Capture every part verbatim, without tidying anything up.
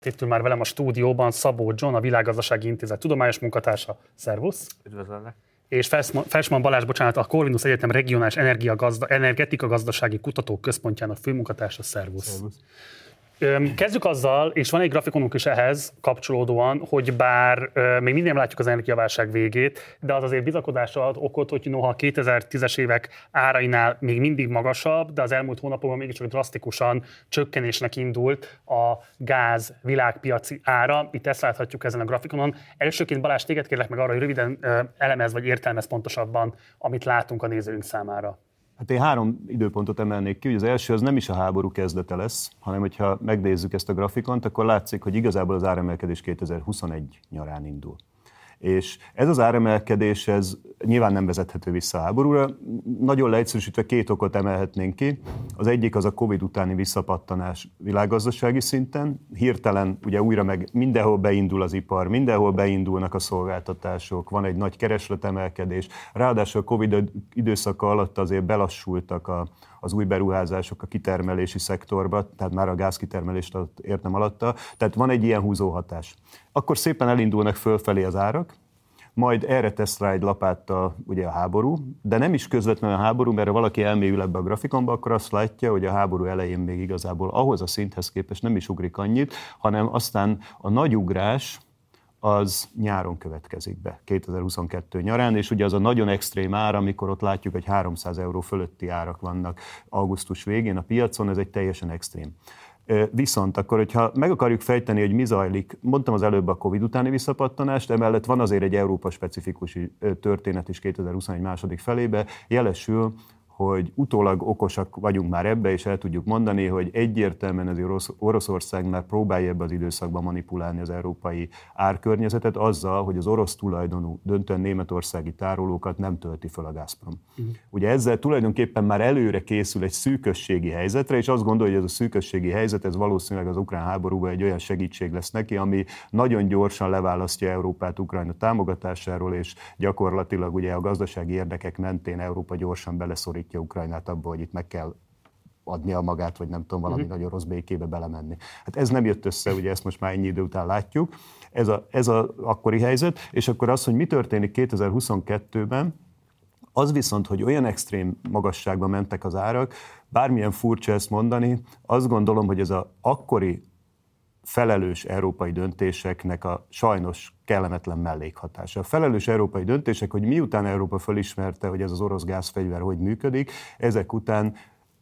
Itt ül már velem a stúdióban Szabó John, a Világgazdasági Intézet tudományos munkatársa. Szervusz! Üdvözöllek! És Felsman Balázs, bocsánat, a Corvinus Egyetem Regionális Energia Gazda, Energetika Gazdasági Kutatók Központjának főmunkatársa. Szervusz! Szervusz! Kezdjük azzal, és van egy grafikonunk is ehhez kapcsolódóan, hogy bár euh, még mindig nem látjuk az energiaválság végét, de az azért bizakodásra ad okot, hogy noha a kétezer-tízes évek árainál még mindig magasabb, de az elmúlt hónapokban mégiscsak drasztikusan csökkenésnek indult a gáz világpiaci ára. Itt ezt láthatjuk ezen a grafikonon. Elsőként Balázs, téged kérlek meg arra, hogy röviden euh, elemez vagy értelmez pontosabban, amit látunk a nézőink számára. Hát én három időpontot emelnék ki, hogy az első az nem is a háború kezdete lesz, hanem hogyha megnézzük ezt a grafikont, akkor látszik, hogy igazából az áremelkedés kétezer-huszonegy nyarán indul. És ez az áremelkedés, ez nyilván nem vezethető vissza a háborúra. Nagyon leegyszerűsítve két okot emelhetnénk ki. Az egyik az a Covid utáni visszapattanás világgazdasági szinten. Hirtelen ugye újra meg mindenhol beindul az ipar, mindenhol beindulnak a szolgáltatások, van egy nagy keresletemelkedés. Ráadásul a Covid időszaka alatt azért belassultak a az új beruházások a kitermelési szektorba, tehát már a gázkitermelést értem alatta, tehát van egy ilyen húzó hatás. Akkor szépen elindulnak fölfelé az árak, majd erre tesz rá egy lapáttal ugye a háború, de nem is közvetlenül a háború, mert ha valaki elmélyül ebbe a grafikonba, akkor azt látja, hogy a háború elején még igazából ahhoz a szinthez képest nem is ugrik annyit, hanem aztán a nagy ugrás az nyáron következik be, kétezer-huszonkettő nyarán, és ugye az a nagyon extrém ár, amikor ott látjuk, hogy háromszáz euró fölötti árak vannak augusztus végén a piacon, ez egy teljesen extrém. Viszont akkor, hogyha meg akarjuk fejteni, hogy mi zajlik, mondtam az előbb a Covid utáni visszapattanást, emellett van azért egy Európa-specifikus történet is kétezer-huszonegy második felébe, jelesül, hogy utólag okosak vagyunk már ebbe, és el tudjuk mondani, hogy egyértelműen az Orosz, Oroszország már próbálja ebbe az időszakban manipulálni az európai árkörnyezetet azzal, hogy az orosz tulajdonú, döntően németországi tárolókat nem tölti fel a Gazprom. Uh-huh. Ugye ezzel tulajdonképpen már előre készül egy szűkösségi helyzetre, és azt gondolja, hogy ez a szűkösségi helyzet, ez valószínűleg az ukrán háborúban egy olyan segítség lesz neki, ami nagyon gyorsan leválasztja Európát Ukrajna támogatásáról, és gyakorlatilag ugye a gazdasági érdekek mentén Európa gyorsan beleszorít Ukrajnát abba, hogy itt meg kell adnia magát, vagy nem tudom, valami uh-huh. nagyon rossz békébe belemenni. Hát ez nem jött össze, ugye ezt most már ennyi idő után látjuk, ez a, ez a akkori helyzet, és akkor az, hogy mi történik kétezer-huszonkettőben, az viszont, hogy olyan extrém magasságban mentek az árak, bármilyen furcsa ezt mondani, azt gondolom, hogy ez az akkori felelős európai döntéseknek a sajnos kellemetlen mellékhatása. A felelős európai döntések, hogy miután Európa felismerte, hogy ez az orosz gázfegyver hogy működik, ezek után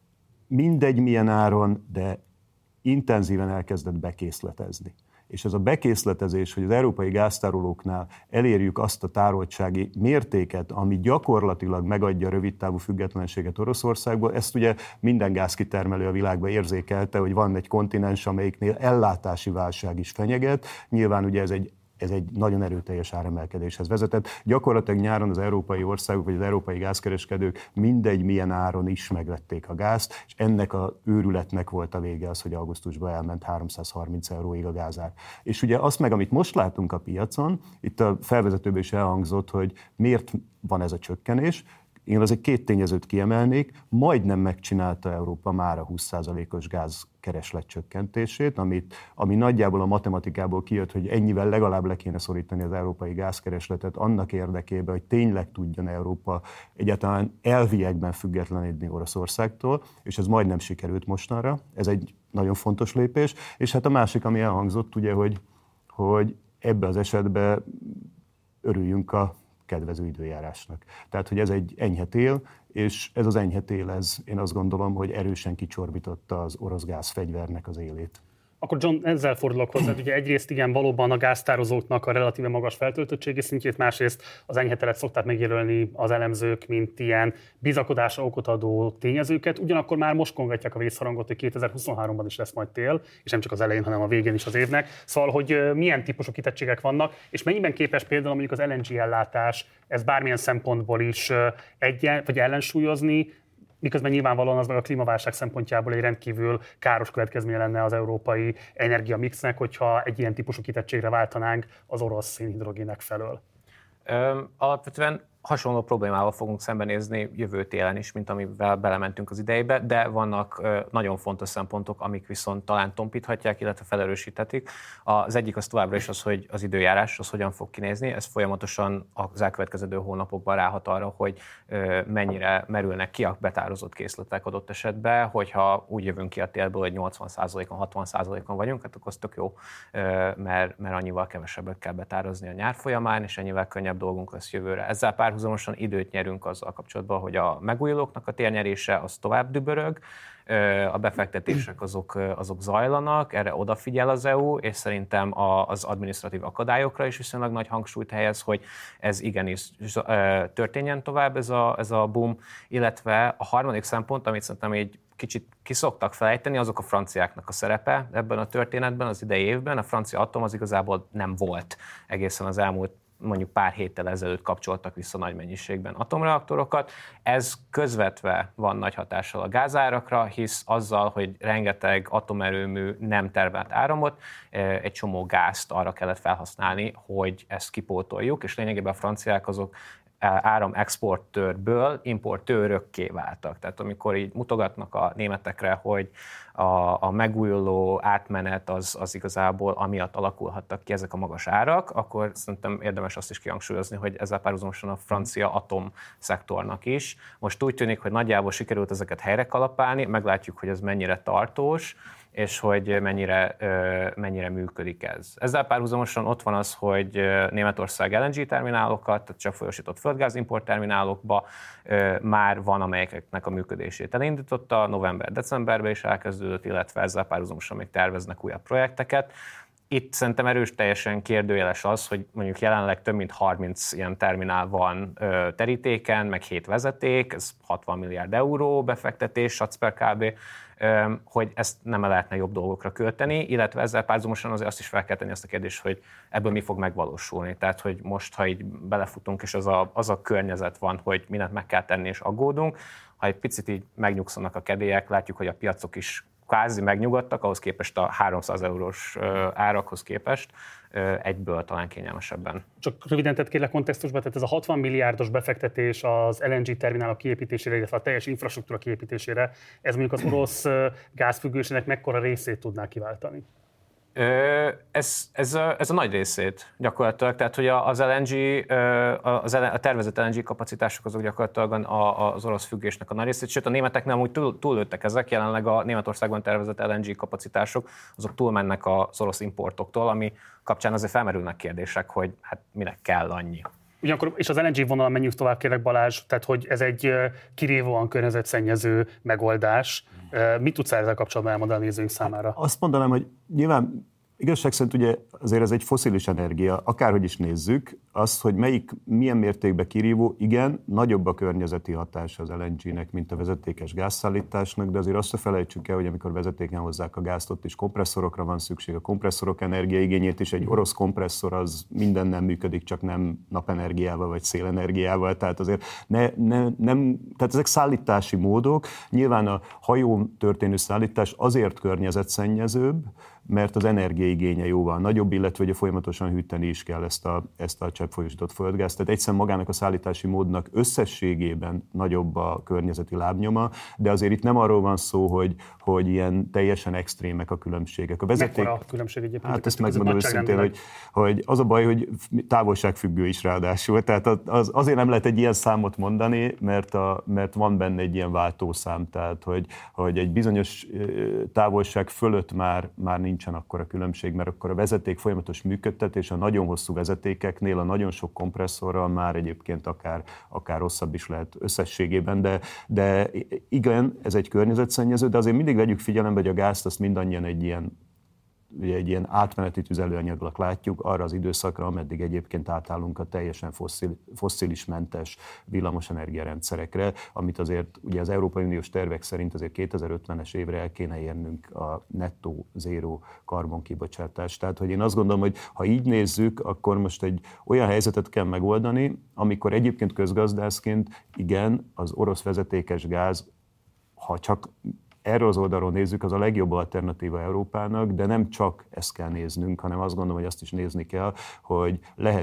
mindegy milyen áron, de intenzíven elkezdett bekészletezni. És ez a bekészletezés, hogy az európai gáztárolóknál elérjük azt a tároltsági mértéket, ami gyakorlatilag megadja a rövidtávú függetlenséget Oroszországból, ezt ugye minden gázkitermelő a világban érzékelte, hogy van egy kontinens, amelyiknél ellátási válság is fenyeget. Nyilván ugye ez egy ez egy nagyon erőteljes áremelkedéshez vezetett. Gyakorlatilag nyáron az európai országok, vagy az európai gázkereskedők mindegy milyen áron is megvették a gázt, és ennek a őrületnek volt a vége az, hogy augusztusban elment háromszázharminc euróig a gázár. És ugye azt meg, amit most látunk a piacon, itt a felvezetőben is elhangzott, hogy miért van ez a csökkenés. Én azért két tényezőt kiemelnék, majdnem megcsinálta Európa már a húsz százalékos gázkereslet csökkentését, amit, ami nagyjából a matematikából kijött, hogy ennyivel legalább le kéne szorítani az európai gázkeresletet annak érdekében, hogy tényleg tudjon Európa egyáltalán elviekben függetlenedni Oroszországtól, és ez majdnem sikerült mostanra, ez egy nagyon fontos lépés, és hát a másik, ami elhangzott, ugye, hogy, hogy ebbe az esetben örüljünk a kedvező időjárásnak. Tehát, hogy ez egy enyhe tél, és ez az enyhe tél, ez én azt gondolom, hogy erősen kicsorbította az orosz gázfegyvernek az élét. Akkor John, ezzel fordulok hozzá, ugye egyrészt igen, valóban a gáztározóknak a relatíve magas feltöltöttségi szintjét, másrészt az enyhe telet szokták megjelölni az elemzők, mint ilyen bizakodásra okot adó tényezőket, ugyanakkor már most kongatják a vészharangot, hogy kétezer-huszonháromban is lesz majd tél, és nem csak az elején, hanem a végén is az évnek. Szóval, hogy milyen típusú kitettségek vannak, és mennyiben képes például mondjuk az el en gé ellátás, ez bármilyen szempontból is egyen, vagy ellensúlyozni, miközben nyilvánvalóan az meg a klímaválság szempontjából egy rendkívül káros következménye lenne az európai energiamixnek, hogyha egy ilyen típusú kitettségre váltanánk az orosz szénhidrogének felől. Ö, alapvetően hasonló problémával fogunk szembenézni jövő télen is, mint amivel belementünk az idejébe, de vannak nagyon fontos szempontok, amik viszont talán tompíthatják, illetve felerősíthetik. Az egyik az továbbra is az, hogy az időjárás az hogyan fog kinézni. Ez folyamatosan az elkövetkező hónapokban ráhat arra, hogy mennyire merülnek ki a betározott készletek adott esetben, hogyha úgy jövünk ki a télből, hogy nyolcvan százalékon, hatvan százalékon vagyunk, hát akkor az tök jó, mert, mert annyival kevesebbet kell betározni a nyár folyamán, és ennyivel könnyebb dolgunk lesz jövőre. Ezzel párhuzamosan időt nyerünk azzal kapcsolatban, hogy a megújulóknak a térnyerése az tovább dübörög, a befektetések azok, azok zajlanak, erre odafigyel az é u, és szerintem az adminisztratív akadályokra is viszonylag nagy hangsúlyt helyez, hogy ez igenis történjen tovább ez a, ez a boom, illetve a harmadik szempont, amit szerintem így kicsit kiszoktak felejteni, azok a franciáknak a szerepe ebben a történetben, az idei évben. A francia atom az igazából nem volt egészen az elmúlt mondjuk pár héttel ezelőtt kapcsoltak vissza nagy mennyiségben atomreaktorokat. Ez közvetve van nagy hatással a gázárakra, hisz azzal, hogy rengeteg atomerőmű nem termelt áramot, egy csomó gázt arra kellett felhasználni, hogy ezt kipótoljuk, és lényegében a franciák azok áramexportőrből importőrökké váltak. Tehát amikor így mutogatnak a németekre, hogy a, a megújuló átmenet az, az igazából amiatt alakulhattak ki ezek a magas árak, akkor szerintem érdemes azt is kihangsúlyozni, hogy ezzel párhuzamosan a francia atomszektornak is. Most úgy tűnik, hogy nagyjából sikerült ezeket helyre kalapálni, meglátjuk, hogy ez mennyire tartós, és hogy mennyire, mennyire működik ez. Ezzel párhuzamosan ott van az, hogy Németország el en gé terminálokat, tehát csak folyosított földgázimport terminálokba már van, amelyeknek a működését elindította, november-decemberben is elkezdődött, illetve ezzel párhuzamosan még terveznek újabb projekteket. Itt szerintem erős teljesen kérdőjeles az, hogy mondjuk jelenleg több mint harminc ilyen terminál van terítéken, meg hét vezeték, ez hatvan milliárd euró befektetés, SACPER kb., hogy ezt nem lehetne jobb dolgokra költeni, illetve ezzel párhuzamosan azért azt is fel kell tenni ezt a kérdést, hogy ebből mi fog megvalósulni. Tehát, hogy most, ha így belefutunk, és az a, az a környezet van, hogy mindent meg kell tenni, és aggódunk, ha egy picit így megnyugszanak a kedélyek, látjuk, hogy a piacok is kvázi megnyugodtak, ahhoz képest a háromszáz eurós árakhoz képest, egyből talán kényelmesebben. Csak röviden tett kérlek kontextusba, tehát ez a hatvan milliárdos befektetés az el en gé terminálok kiépítésére, illetve a teljes infrastruktúra kiépítésére, ez mondjuk az orosz gázfüggőségnek mekkora részét tudná kiváltani? Ez, ez, a, ez a nagy részét gyakorlatilag, tehát hogy az el en gé, az a tervezett el en gé kapacitások azok gyakorlatilag az orosz függésnek a nagy részét, sőt a németeknél amúgy túl, túllőttek ezek, jelenleg a Németországban tervezett el en gé kapacitások azok túlmennek az orosz importoktól, ami kapcsán azért felmerülnek kérdések, hogy hát minek kell annyi. Ugyanakkor, és az el en gé vonalon menjünk tovább, kérlek Balázs, tehát hogy ez egy kirívóan környezetszennyező megoldás. Mit tudsz ezzel kapcsolatban elmondani a nézőink számára? Azt mondanám, hogy nyilván igazság szerint ugye azért ez egy fosszilis energia, akárhogy is nézzük, az, hogy melyik, milyen mértékben kirívó, igen, nagyobb a környezeti hatása az el en gének, mint a vezetékes gázszállításnak, de azért azt se felejtsük el, hogy amikor vezetéken hozzák a gázt, ott is kompresszorokra van szükség, a kompresszorok energiaigényét is, egy orosz kompresszor az minden nem működik, csak nem napenergiával vagy szélenergiával, tehát azért ne, ne, nem, tehát ezek szállítási módok, nyilván a hajón történő szállítás azért környezetszennyezőbb, mert az energiaigénye jóval nagyobb, illetve hogy folyamatosan hűteni is kell ezt a, ezt a cseppfolyósított földgázt. Tehát egyszerűen magának a szállítási módnak összességében nagyobb a környezeti lábnyoma, de azért itt nem arról van szó, hogy, hogy ilyen teljesen extrémek a különbségek. A vezeték... Mekkora a különbség egyébként? Hát ezt megmondom őszintén, hogy, hogy az a baj, hogy távolságfüggő is ráadásul. Tehát az, azért nem lehet egy ilyen számot mondani, mert, a, mert van benne egy ilyen váltószám, tehát hogy, hogy egy bizonyos távolság fölött már, már nincs nincsen akkora különbség, mert akkor a vezeték folyamatos működtetés a nagyon hosszú vezetékeknél, a nagyon sok kompresszorral már egyébként akár, akár rosszabb is lehet összességében, de, de igen, ez egy környezetszennyező, de azért mindig vegyük figyelembe, hogy a gázt azt mindannyian egy ilyen ugye egy ilyen átmeneti tüzelőanyagnak látjuk arra az időszakra, ameddig egyébként átállunk a teljesen fosszil, fosszilismentes villamosenergia rendszerekre, amit azért ugye az Európai Uniós tervek szerint azért kétezer-ötvenes évre el kéne érnünk a nettó zéró karbonkibocsátást. Tehát, hogy én azt gondolom, hogy ha így nézzük, akkor most egy olyan helyzetet kell megoldani, amikor egyébként közgazdászként igen, az orosz vezetékes gáz, ha csak erről az oldalról nézzük, az a legjobb alternatíva Európának, de nem csak ezt kell néznünk, hanem azt gondolom, hogy azt is nézni kell, hogy lehet-e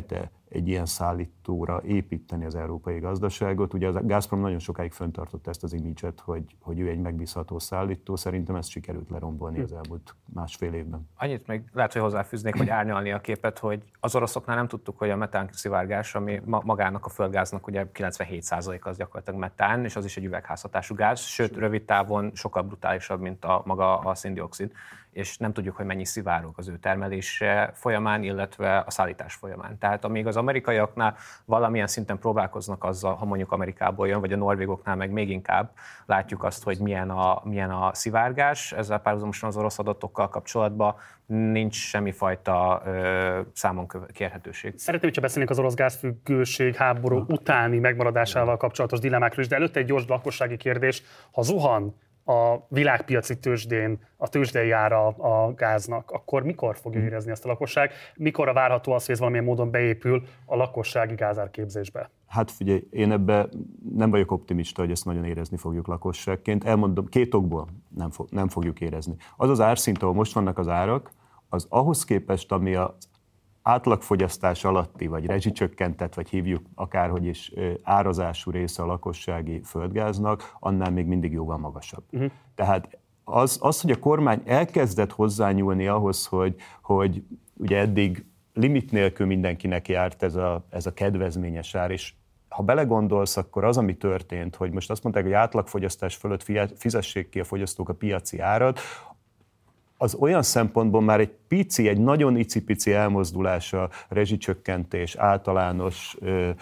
egy ilyen szállítóra építeni az európai gazdaságot. Ugye a Gazprom nagyon sokáig fenntartotta ezt az imidzset, hogy, hogy ő egy megbízható szállító. Szerintem ezt sikerült lerombolni az elmúlt másfél évben. Annyit még lehet, hogy hozzáfűznék, hogy árnyalni a képet, hogy az oroszoknál nem tudtuk, hogy a metán szivárgás, ami magának a földgáznak ugye kilencvenhét százalék az gyakorlatilag metán, és az is egy üvegházhatású gáz, sőt rövid távon sokkal brutálisabb, mint a maga a széndioxid, és nem tudjuk, hogy mennyi szivárog az ő termelése folyamán, illetve a szállítás folyamán. Tehát amíg az amerikaiaknál valamilyen szinten próbálkoznak azzal, ha mondjuk Amerikából jön, vagy a norvégoknál meg még inkább látjuk azt, hogy milyen a, milyen a szivárgás, ezzel párhuzamosan az orosz adatokkal kapcsolatban nincs semmifajta ö, számon kérhetőség. Szeretném, hogyha beszélnénk az orosz gázfüggőség háború utáni megmaradásával kapcsolatos dilemmákról is, de előtte egy gyors lakossági kérdés. Ha zuhan a világpiaci tőzsdén a tőzsdei ára a gáznak, akkor mikor fogja érezni ezt a lakosság? Mikorra várható az, hogy ez valamilyen módon beépül a lakossági gázárképzésbe? Hát figyelj, én ebben nem vagyok optimista, hogy ezt nagyon érezni fogjuk lakosságként. Elmondom, két okból nem, fog, nem fogjuk érezni. Az az árszint, ahol most vannak az árak, az ahhoz képest, ami az átlagfogyasztás alatti, vagy rezsicsökkentett, vagy hívjuk akárhogy is árazású része a lakossági földgáznak, annál még mindig jóval magasabb. Uh-huh. Tehát az, az, hogy a kormány elkezdett hozzányúlni ahhoz, hogy, hogy ugye eddig limit nélkül mindenkinek járt ez a, ez a kedvezményes ár, és ha belegondolsz, akkor az, ami történt, hogy most azt mondták, hogy átlagfogyasztás fölött fizessék ki a fogyasztók a piaci árat, az olyan szempontból már egy pici, egy nagyon icipici elmozdulás a rezsicsökkentés, általános,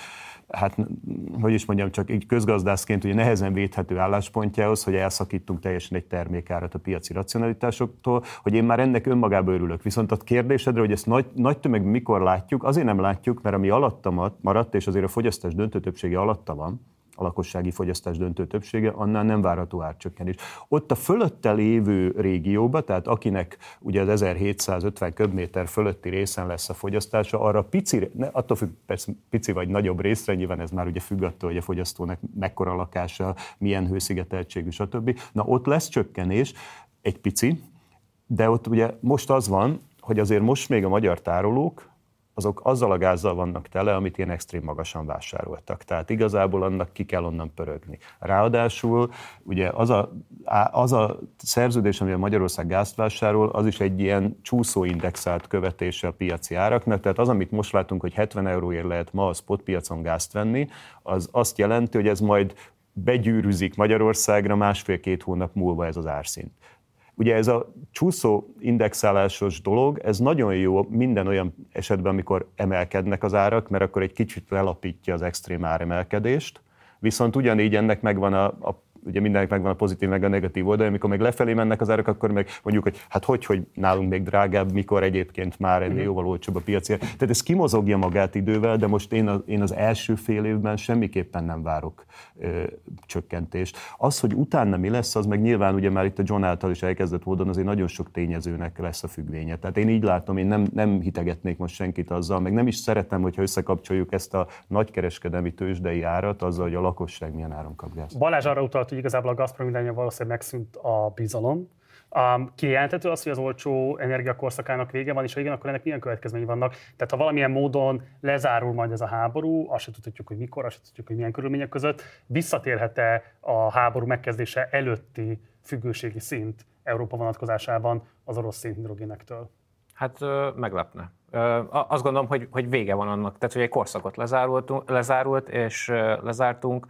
hát hogy is mondjam, csak így közgazdászként ugye nehezen védhető álláspontjához, hogy elszakítunk teljesen egy termékárat a piaci racionalitásoktól, hogy én már ennek önmagában örülök. Viszont a kérdésedre, hogy ezt nagy, nagy tömegben mikor látjuk, azért nem látjuk, mert ami alatta maradt, és azért a fogyasztás döntő többsége alatta van, a lakossági fogyasztás döntő többsége, annál nem várható árcsökkenés. Ott a fölötte lévő régióba, tehát akinek ugye az ezerhétszázötven köbméter fölötti részen lesz a fogyasztása, arra pici, attól függ, persze pici vagy nagyobb részre, nyilván ez már ugye függ attól, hogy a fogyasztónak mekkora a lakása, milyen hőszigeteltségű, stb. Na ott lesz csökkenés, egy pici, de ott ugye most az van, hogy azért most még a magyar tárolók, azok azzal a gázzal vannak tele, amit ilyen extrém magasan vásároltak. Tehát igazából annak ki kell onnan pörögni. Ráadásul ugye az a, az a szerződés, amivel Magyarország gázt vásárol, az is egy ilyen csúszóindexált követése a piaci áraknak. Tehát az, amit most látunk, hogy hetven euróért lehet ma a spotpiacon gázt venni, az azt jelenti, hogy ez majd begyűrűzik Magyarországra másfél-két hónap múlva ez az árszint. Ugye ez a csúszó indexálásos dolog, ez nagyon jó minden olyan esetben, amikor emelkednek az árak, mert akkor egy kicsit lelapítja az extrém áremelkedést, viszont ugyanígy ennek megvan a, a ugye mindennek megvan a pozitív, meg a negatív oldal, amikor meg lefelé mennek az árak, akkor meg mondjuk, hogy hát hogy, hogy nálunk még drágább, mikor egyébként már ennél jóval olcsóbb a piaci. Tehát ez kimozogja magát idővel, de most én az, én az első fél évben semmiképpen nem várok ö, csökkentést. Az, hogy utána mi lesz, az meg nyilván ugye már itt a John által is elkezdett módon azért nagyon sok tényezőnek lesz a függvénye. Tehát én így látom, én nem, nem hitegetnék most senkit azzal, meg nem is szeretem, hogyha összekapcsoljuk ezt a nagykereskedelmi tőzsdei árat azzal, hogy a lakosság milyen áron kap gázt. Balázs arra utalt, hogy igazából a Gazprom irányában valószínűleg megszűnt a bizalom. Um, kijelenthető az, hogy az olcsó energiakorszakának vége van, és ha igen, akkor ennek milyen következményei vannak? Tehát ha valamilyen módon lezárul majd ez a háború, azt se tudhatjuk, hogy mikor, azt se tudjuk, hogy milyen körülmények között, visszatérhet-e a háború megkezdése előtti függőségi szint Európa vonatkozásában az orosz szénhidrogénektől? Hát meglepne. Azt gondolom, hogy, hogy vége van annak, tehát hogy egy korszakot lezárult, és lezártunk,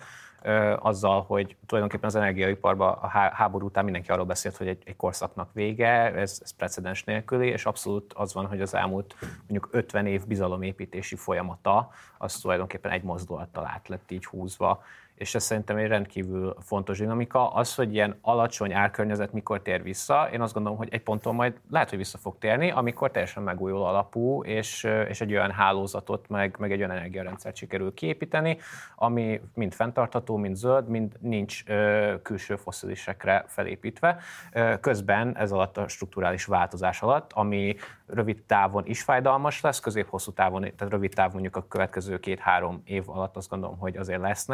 azzal, hogy tulajdonképpen az energiaiparban a háború után mindenki arról beszélt, hogy egy, egy korszaknak vége, ez, ez precedens nélküli, és abszolút az van, hogy az elmúlt mondjuk ötven év bizalomépítési folyamata, az tulajdonképpen egy mozdulattal át lett így húzva, és ez szerintem egy rendkívül fontos dinamika. Az, hogy ilyen alacsony árkörnyezet mikor tér vissza, én azt gondolom, hogy egy ponton majd lehet, hogy vissza fog térni, amikor teljesen megújuló alapú, és, és egy olyan hálózatot, meg, meg egy olyan energiarendszert sikerül kiépíteni, ami mind fenntartható, mind zöld, mind nincs ö, külső fosszilisekre felépítve. Ö, közben ez alatt a strukturális változás alatt, ami rövid távon is fájdalmas lesz, közép-hosszú távon, tehát rövid távon mondjuk a következő két-három év alatt azt gondolom, hogy azért lesznek ilyen nagy,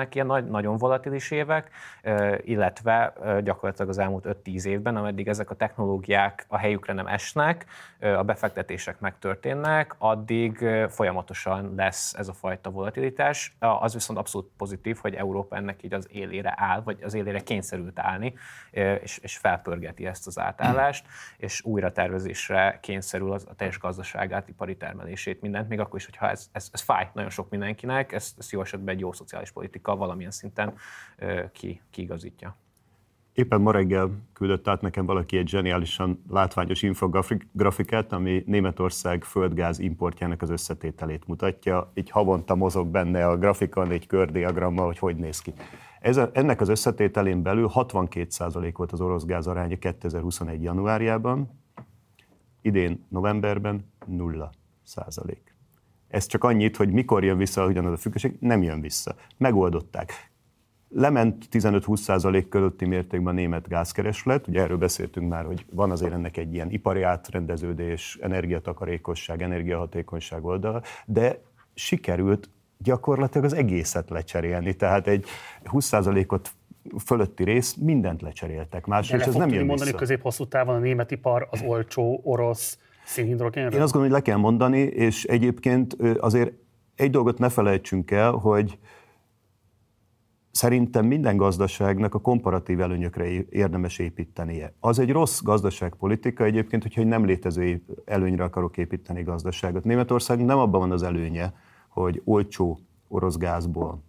nagyon volatilis évek, illetve gyakorlatilag az elmúlt öt-tíz évben, ameddig ezek a technológiák a helyükre nem esnek, a befektetések megtörténnek, addig folyamatosan lesz ez a fajta volatilitás. Az viszont abszolút pozitív, hogy Európa ennek így az élére áll, vagy az élére kényszerült állni, és, és felpörgeti ezt az átállást, és újra tervezésre kényszerül az, a teljes gazdaságát, ipari termelését, mindent, még akkor is, hogyha ez, ez, ez fáj nagyon sok mindenkinek, ezt, ezt jó esetben egy jó szociális politika valamilyen szinten ki, kiigazítja. Éppen ma reggel küldött át nekem valaki egy zseniálisan látványos infografikát, ami Németország földgáz importjának az összetételét mutatja. Így havonta mozog benne a grafikon egy kördiagrammal, hogy hogy néz ki. Ez a, ennek az összetételén belül hatvankét százalék volt az orosz gáz aránya kétezer-huszonegy januárjában, idén novemberben nulla százalék. Ez csak annyit, hogy mikor jön vissza ugyanaz a függőség, nem jön vissza. Megoldották. Lement tizenöt-húsz százalék közötti mértékben a német gázkereslet, ugye erről beszéltünk már, hogy van azért ennek egy ilyen ipari átrendeződés, energiatakarékosság, energiahatékonyság oldala, de sikerült gyakorlatilag az egészet lecserélni, tehát egy húsz százalékot fölötti rész mindent lecseréltek. Másrészt ez nem jön mondani vissza. Közép-hosszú távon a német ipar az olcsó orosz szénhidrogénről? Én azt gondolom, hogy le kell mondani, és egyébként azért egy dolgot ne felejtsünk el, hogy szerintem minden gazdaságnak a komparatív előnyökre érdemes építenie. Az egy rossz gazdaságpolitika egyébként, hogyha egy nem létező előnyre akarok építeni gazdaságot. Németország nem abban van az előnye, hogy olcsó orosz gázból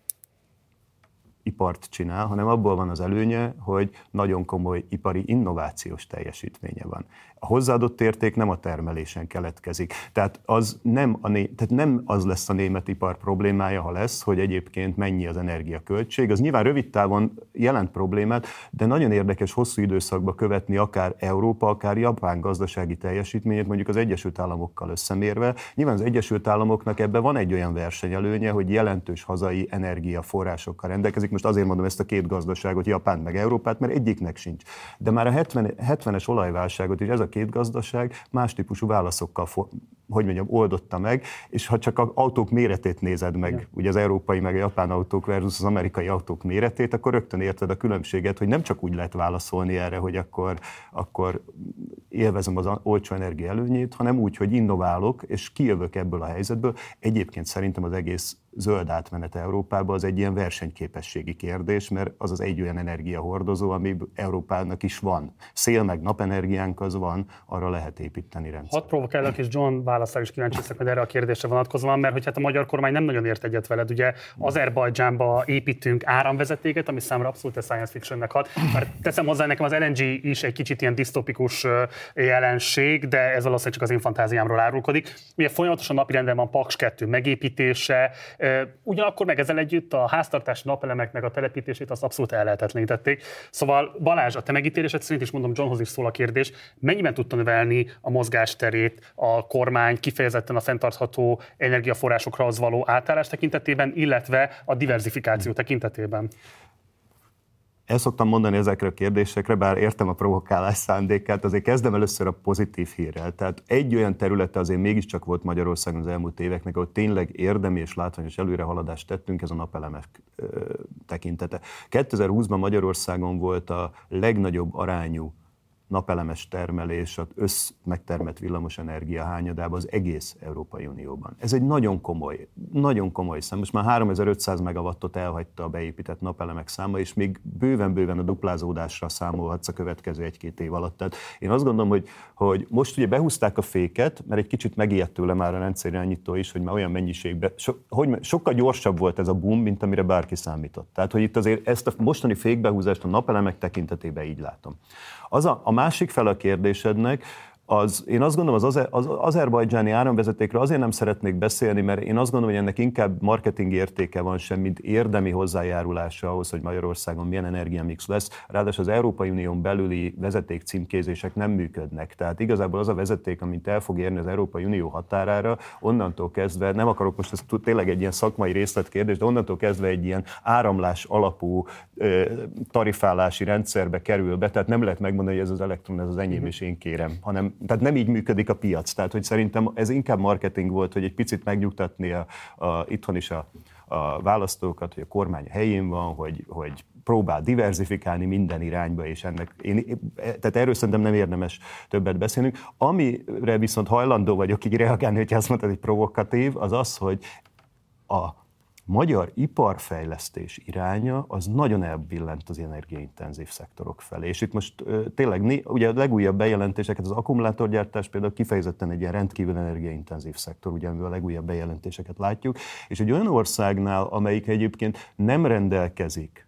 ipart csinál, hanem abból van az előnye, hogy nagyon komoly ipari innovációs teljesítménye van. A hozzáadott érték nem a termelésen keletkezik. Tehát az nem, a né- tehát nem az lesz a német ipar problémája, ha lesz, hogy egyébként mennyi az energiaköltség. Az nyilván rövid távon jelent problémát, de nagyon érdekes hosszú időszakba követni akár Európa, akár Japán gazdasági teljesítményét, mondjuk az Egyesült Államokkal összemérve. Nyilván az Egyesült Államoknak ebben van egy olyan versenyelőnye, hogy jelentős hazai energiaforrásokkal rendelkezik. Most azért mondom ezt a két gazdaságot, Japánt meg Európát, mert egyiknek sincs. De már a hetvenes olajválságot is ez a két gazdaság más típusú válaszokkal, hogy mondjam, oldotta meg, és ha csak az autók méretét nézed meg, ja. ugye az európai meg a japán autók versus az amerikai autók méretét, akkor rögtön érted a különbséget, hogy nem csak úgy lehet válaszolni erre, hogy akkor, akkor élvezem az olcsó energia előnyét, hanem úgy, hogy innoválok, és kijövök ebből a helyzetből. Egyébként szerintem az egész zöld átmenet Európában az egy ilyen versenyképességi kérdés, mert az az egy olyan energiahordozó, ami Európának is van. Szél meg napenergiánk az van, arra lehet építeni rendszert. Hadd provokálok, és John válaszára is kíváncsi leszek majd erre a kérdésre vonatkozóan, mert hogy hát a magyar kormány nem nagyon ért egyet veled. Ugye Azerbajdzsánba építünk áramvezetéket, ami számra abszolút a science fictionnek hat. Mert teszem hozzá, nekem az el en gé is egy kicsit ilyen disztopikus jelenség, de ez valószínűleg csak az én fantáziámról árulkodik. Ugye folyamatosan napirenden van Paks kettő megépítése, ugyanakkor meg ezzel együtt a háztartási napelemeknek a telepítését azt abszolút ellehetetlenítették. Szóval Balázs, a te megítélésed szerint is mondom, Johnhoz is szól a kérdés, mennyiben tudta növelni a mozgásterét a kormány kifejezetten a fenntartható energiaforrásokra az való átállás tekintetében, illetve a diverzifikáció tekintetében? El szoktam mondani ezekre a kérdésekre, bár értem a provokálás szándékát, azért kezdem először a pozitív hírrel. Tehát egy olyan területe azért mégiscsak volt Magyarországon az elmúlt éveknek, ahol tényleg érdemi és látványos előrehaladást tettünk, ez a napelemek tekintete. kétezer-húszban Magyarországon volt a legnagyobb arányú napelemes termelés, az össz megtermelt villamosenergia hányadában az egész Európai Unióban. Ez egy nagyon komoly, nagyon komoly szám. Most már háromezer-ötszáz megawattot elhagyta a beépített napelemek száma, és még bőven-bőven a duplázódásra számolhatsz a következő egy-két év alatt. Tehát én azt gondolom, hogy, hogy most ugye behúzták a féket, mert egy kicsit megijedt tőle már a rendszerirányító is, hogy már olyan mennyiségben, so, hogy sokkal gyorsabb volt ez a boom, mint amire bárki számított. Tehát, hogy itt azért ezt a mostani fékbehúzást a napelemek tekintetében így látom. Az a, a másik fel a kérdésednek, az, én azt gondolom, az, az azerbajdzsáni áramvezetékről azért nem szeretnék beszélni, mert én azt gondolom, hogy ennek inkább marketing értéke van sem, mint érdemi hozzájárulása ahhoz, hogy Magyarországon milyen energiamix lesz. Ráadásul az Európai Unión belüli vezeték címkézések nem működnek. Tehát igazából az a vezeték, amit el fog érni az Európai Unió határára, onnantól kezdve, nem akarok most, ez tényleg egy ilyen szakmai részletkérdés, de onnantól kezdve egy ilyen áramlás alapú tarifálási rendszerbe kerül be, tehát nem lehet megmondani, hogy ez az elektron, ez az enyém, és én kérem, hanem tehát nem így működik a piac. Tehát, hogy szerintem ez inkább marketing volt, hogy egy picit megnyugtatni a, a, itthon is a, a választókat, hogy a kormány helyén van, hogy, hogy próbál diverzifikálni minden irányba, és ennek, én, tehát erről szerintem nem érdemes többet beszélnünk. Amire viszont hajlandó vagyok így reagálni, hogyha azt mondtad, hogy provokatív, az az, hogy a magyar iparfejlesztés iránya az nagyon elbillent az energiaintenzív szektorok felé. És itt most tényleg, ugye a legújabb bejelentéseket, az akkumulátorgyártás például kifejezetten egy ilyen rendkívül energiaintenzív szektor, ugye amivel a legújabb bejelentéseket látjuk, és egy olyan országnál, amelyik egyébként nem rendelkezik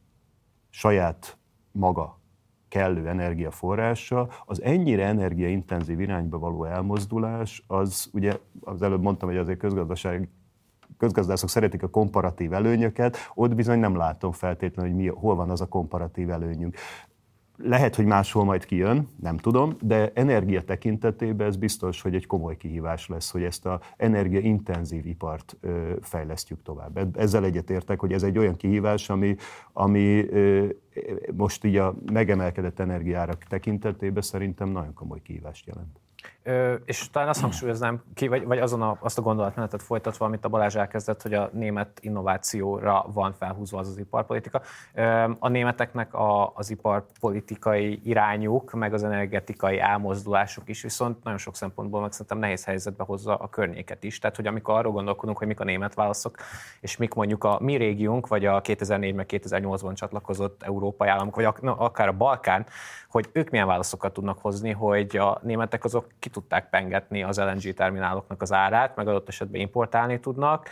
saját maga kellő energiaforrással, az ennyire energiaintenzív irányba való elmozdulás, az ugye, az előbb mondtam, hogy azért közgazdaság közgazdászok szeretik a komparatív előnyöket, ott bizony nem látom feltétlenül, hogy mi, hol van az a komparatív előnyünk. Lehet, hogy máshol majd kijön, nem tudom, de energia tekintetében ez biztos, hogy egy komoly kihívás lesz, hogy ezt az energiaintenzív ipart ö, fejlesztjük tovább. Ezzel egyetértek, hogy ez egy olyan kihívás, ami, ami ö, most így a megemelkedett energiárak tekintetében szerintem nagyon komoly kihívást jelent. Ö, és talán azt hangsúlyoznám ki, vagy, vagy azon a, azt a gondolatmenetet folytatva, amit a Balázs elkezdett, hogy a német innovációra van felhúzva az az iparpolitika. Ö, a németeknek a, az iparpolitikai irányuk, meg az energetikai elmozdulásuk is viszont nagyon sok szempontból meg szerintem nehéz helyzetbe hozza a környéket is. Tehát, hogy amikor arról gondolkodunk, hogy mik a német válaszok, és mik mondjuk a mi régiónk, vagy a kétezer-négy meg kétezer-nyolcban csatlakozott európai államok, vagy akár a Balkán, hogy ők milyen válaszokat tudnak hozni, hogy a németek azok ki tudták pengetni az el en gé termináloknak az árát, meg adott esetben importálni tudnak.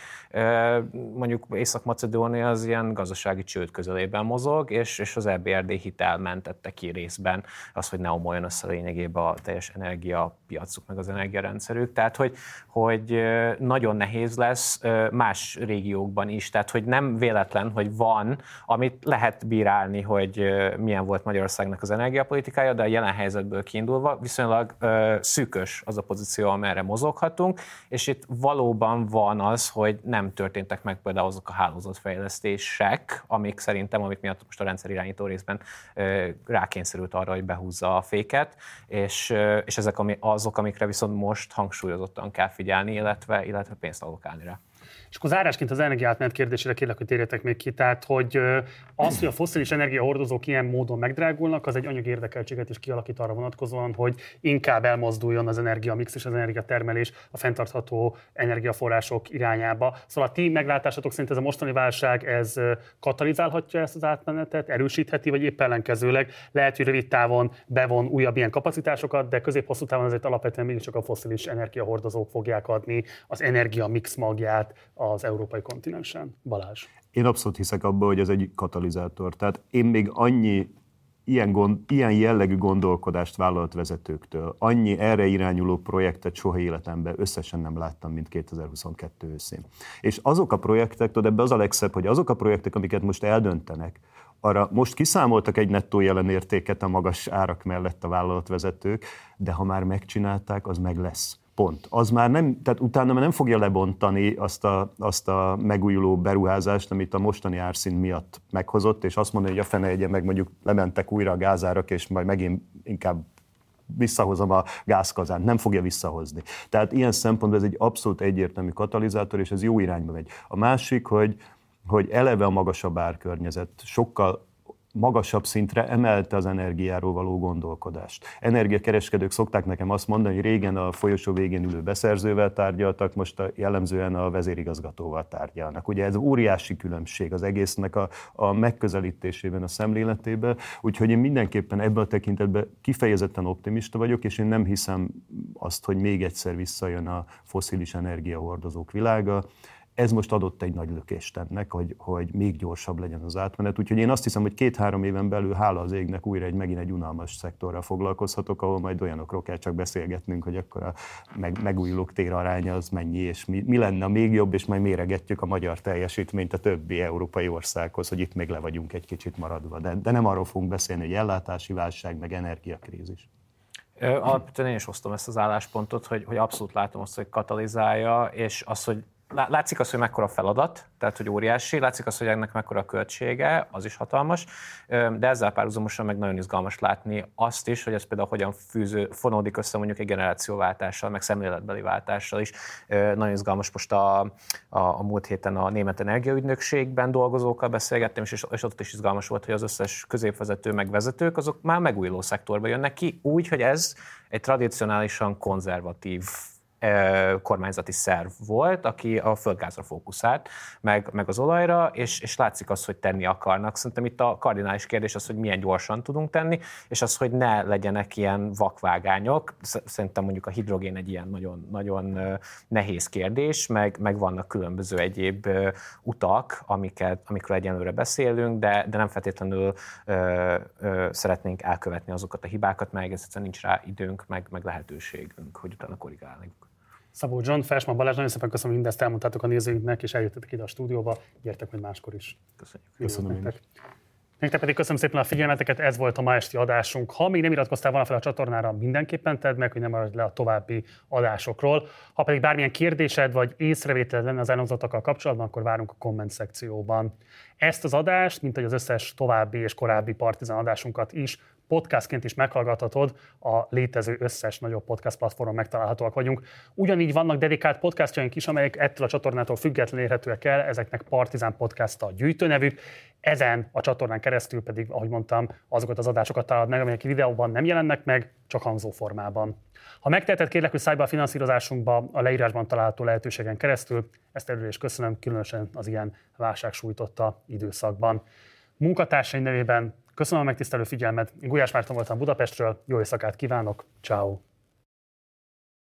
Mondjuk Észak-Macedónia az ilyen gazdasági csőd közelében mozog, és, és az é bé er dé hitel mentette ki részben az, hogy ne omoljon össze lényegében a teljes energiapiacuk, meg az energiarendszerük. Tehát, hogy, hogy nagyon nehéz lesz más régiókban is. Tehát, hogy nem véletlen, hogy van, amit lehet bírálni, hogy milyen volt Magyarországnak az energiapolitikája, de a jelen helyzetből kiindulva viszonylag szűkös az a pozíció, amerre mozoghatunk, és itt valóban van az, hogy nem történtek meg például azok a hálózatfejlesztések, amik szerintem, amik miatt most a rendszerirányító részben rákényszerült arra, hogy behúzza a féket, és, és ezek azok, amikre viszont most hangsúlyozottan kell figyelni, illetve, illetve pénzt allokálni rá. És akkor zárásként az energiaátmenet kérdésére kérlek, hogy térjetek még ki. Tehát, hogy az, hogy a fosszilis energiahordozók ilyen módon megdrágulnak, az egy anyagi érdekeltséget is kialakít arra vonatkozóan, hogy inkább elmozduljon az energiamix és az energiatermelés a fenntartható energiaforrások irányába. Szóval a ti meglátásatok szerint ez a mostani válság, ez katalizálhatja ezt az átmenetet, erősítheti, vagy épp ellenkezőleg lehet, hogy rövid távon bevon újabb ilyen kapacitásokat, de közép-hosszú távon azért alapvetően mégiscsak a fosszilis energiahordozók fogják adni az energiamix magját az európai kontinensen. Balázs. Én abszolút hiszek abban, hogy ez egy katalizátor. Tehát én még annyi ilyen, gond, ilyen jellegű gondolkodást vállalatvezetőktől, annyi erre irányuló projektet soha életemben összesen nem láttam, mint kétezer-huszonkettő őszén. És azok a projektek, tudod, ebben az a legszebb, hogy azok a projektek, amiket most eldöntenek, arra most kiszámoltak egy nettó jelenértéket a magas árak mellett a vállalatvezetők, de ha már megcsinálták, az meg lesz. Pont. Az már nem, tehát utána már nem fogja lebontani azt a, azt a megújuló beruházást, amit a mostani árszint miatt meghozott, és azt mondani, hogy a fene egye meg mondjuk lementek újra a gázárak, és majd megint inkább visszahozom a gázkazánt. Nem fogja visszahozni. Tehát ilyen szempontból ez egy abszolút egyértelmű katalizátor, és ez jó irányba megy. A másik, hogy, hogy eleve a magasabb árkörnyezet sokkal magasabb szintre emelte az energiáról való gondolkodást. Energiakereskedők szokták nekem azt mondani, hogy régen a folyosó végén ülő beszerzővel tárgyaltak, most a, jellemzően a vezérigazgatóval tárgyalnak. Ugye ez óriási különbség az egésznek a, a megközelítésében, a szemléletében, úgyhogy én mindenképpen ebben a tekintetben kifejezetten optimista vagyok, és én nem hiszem azt, hogy még egyszer visszajön a fosszilis energiahordozók világa. Ez most adott egy nagy lökést ennek, hogy, hogy még gyorsabb legyen az átmenet. Úgyhogy én azt hiszem, hogy két-három éven belül, hála az égnek, újra egy megint egy unalmas szektorral foglalkozhatok, ahol majd olyanokról kell csak beszélgetnünk, hogy akkor a meg, megújulók téraránya az mennyi, és mi, mi lenne még jobb, és majd méregetjük a magyar teljesítményt a többi európai országhoz, hogy itt még le vagyunk egy kicsit maradva. De, de nem arról fogunk beszélni, hogy ellátási válság, meg energiakrízis. Alapvetően én is osztom ezt az álláspontot, hogy, hogy abszolút látom azt, hogy katalizálja, és az, hogy látszik az, hogy mekkora feladat, tehát hogy óriási, látszik az, hogy ennek mekkora a költsége, az is hatalmas, de ezzel párhuzamosan meg nagyon izgalmas látni azt is, hogy ez például hogyan fűző, fonódik össze mondjuk egy generációváltással, meg szemléletbeli váltással is. Nagyon izgalmas, most a, a, a múlt héten a Német Energiaügynökségben dolgozókkal beszélgettem, és, és ott is izgalmas volt, hogy az összes középvezető meg vezetők, azok már megújuló szektorba jönnek ki, úgy, hogy ez egy tradicionálisan konzervatív kormányzati szerv volt, aki a földgázra fókuszált, meg, meg az olajra, és, és látszik az, hogy tenni akarnak. Szerintem itt a kardinális kérdés az, hogy milyen gyorsan tudunk tenni, és az, hogy ne legyenek ilyen vakvágányok. Szerintem mondjuk a hidrogén egy ilyen nagyon, nagyon nehéz kérdés, meg, meg vannak különböző egyéb utak, amiket, amikről egyenlőre beszélünk, de, de nem feltétlenül ö, ö, szeretnénk elkövetni azokat a hibákat, mert egész egyszerűen nincs rá időnk, meg, meg lehetőségünk, hogy utána korrigálni. Szabó John, Felsman Balázs, nagyon szépen köszönöm, hogy mindezt elmondtátok a nézőinknek, és eljöttetek ide a stúdióba. Gyertek majd máskor is. Köszönjük. Köszönöm nektek. Nektek pedig köszönöm szépen a figyelmeteket, ez volt a ma esti adásunk. Ha még nem iratkoztál volna fel a csatornára, mindenképpen tedd meg, hogy nem maradj le a további adásokról. Ha pedig bármilyen kérdésed vagy észrevételed lenne az elhangzottakkal kapcsolatban, akkor várunk a komment szekcióban. Ezt az adást, mint hogy az összes további és korábbi Partizán adásunkat is podcastként is meghallgathatod, a létező összes nagyobb podcast platformon megtalálhatóak vagyunk. Ugyanígy vannak dedikált podcastjaink is, amelyek ettől a csatornától függetlenül érhetőek el, ezeknek Partizán Podcast a gyűjtőnevük. Ezen a csatornán keresztül pedig, ahogy mondtam, azokat az adásokat találod meg, amelyek videóban nem jelennek meg, csak hangzó formában. Ha megteheted, kérlek, hogy szállj be a finanszírozásunkba a leírásban található lehetőségen keresztül. Ezt előre is köszönöm, különösen az ilyen válság sújtotta időszakban. Munkatársaim nevében köszönöm a megtisztelő figyelmet. Gulyás Márton voltam Budapestről, jó éjszakát kívánok, ciao.